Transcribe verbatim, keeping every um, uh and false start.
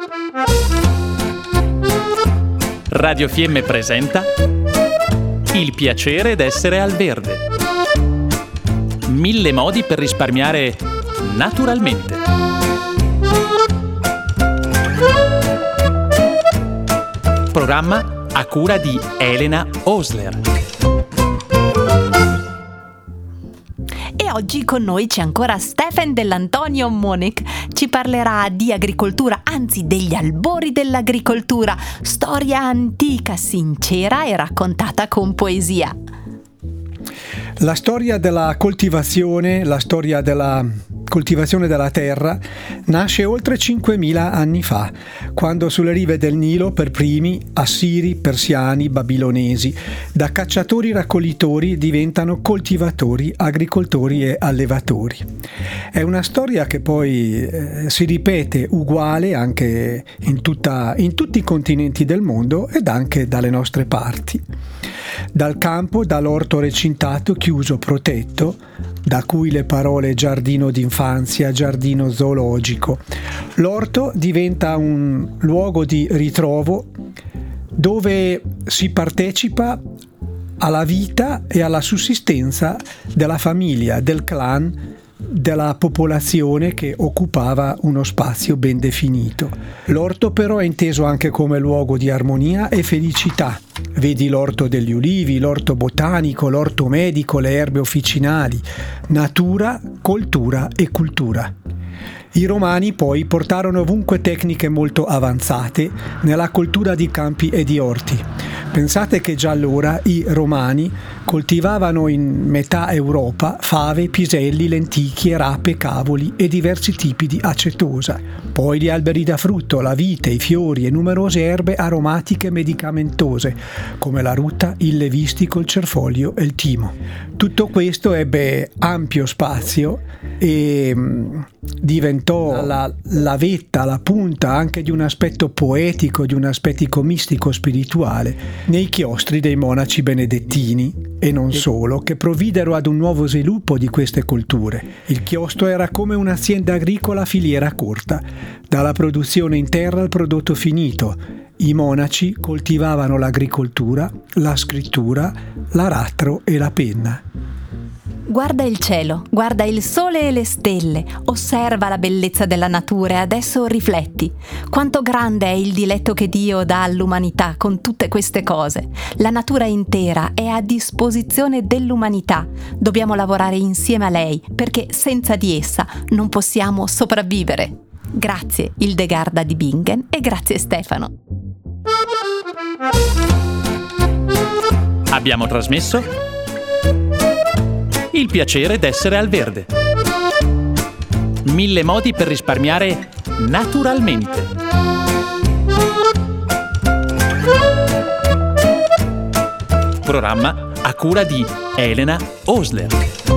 Radio Fiemme presenta Il piacere d'essere al verde. Mille modi per risparmiare naturalmente. Programma a cura di Elena Osler. E oggi con noi c'è ancora Stefan dell'Antonio Monic. Ci parlerà di agricoltura, anzi degli albori dell'agricoltura, storia antica, sincera e raccontata con poesia. La storia della coltivazione, la storia della coltivazione della terra nasce oltre cinquemila anni fa, quando sulle rive del Nilo per primi assiri, persiani, babilonesi, da cacciatori-raccoglitori diventano coltivatori, agricoltori e allevatori. È una storia che poi eh, si ripete uguale anche in, tutta, in tutti i continenti del mondo ed anche dalle nostre parti. Dal campo, dall'orto recintato, chiuso, protetto, da cui le parole giardino d'infanzia, giardino zoologico. L'orto diventa un luogo di ritrovo dove si partecipa alla vita e alla sussistenza della famiglia, del clan, della popolazione che occupava uno spazio ben definito. L'orto però è inteso anche come luogo di armonia e felicità. Vedi l'orto degli ulivi, l'orto botanico, l'orto medico, le erbe officinali, natura, coltura e cultura. I romani poi portarono ovunque tecniche molto avanzate nella coltura di campi e di orti. Pensate che già allora i romani coltivavano in metà Europa fave, piselli, lenticchie, rape, cavoli e diversi tipi di acetosa. Poi gli alberi da frutto, la vite, i fiori e numerose erbe aromatiche medicamentose come la ruta, il levistico, il cerfoglio e il timo. Tutto questo ebbe ampio spazio e mh, diventò la, la vetta, la punta anche di un aspetto poetico, di un aspetto mistico spirituale nei chiostri dei monaci benedettini e non solo, che provvidero ad un nuovo sviluppo di queste colture. Il chiostro era come un'azienda agricola a filiera corta, dalla produzione in terra al prodotto finito. I monaci coltivavano l'agricoltura, la scrittura, l'aratro e la penna. Guarda il cielo, guarda il sole e le stelle, osserva la bellezza della natura e adesso rifletti. Quanto grande è il diletto che Dio dà all'umanità con tutte queste cose. La natura intera è a disposizione dell'umanità. Dobbiamo lavorare insieme a lei, perché senza di essa non possiamo sopravvivere. Grazie Hildegarda di Bingen e grazie Stefano. Abbiamo trasmesso Il piacere d'essere al verde. Mille modi per risparmiare naturalmente. Programma a cura di Elena Osler.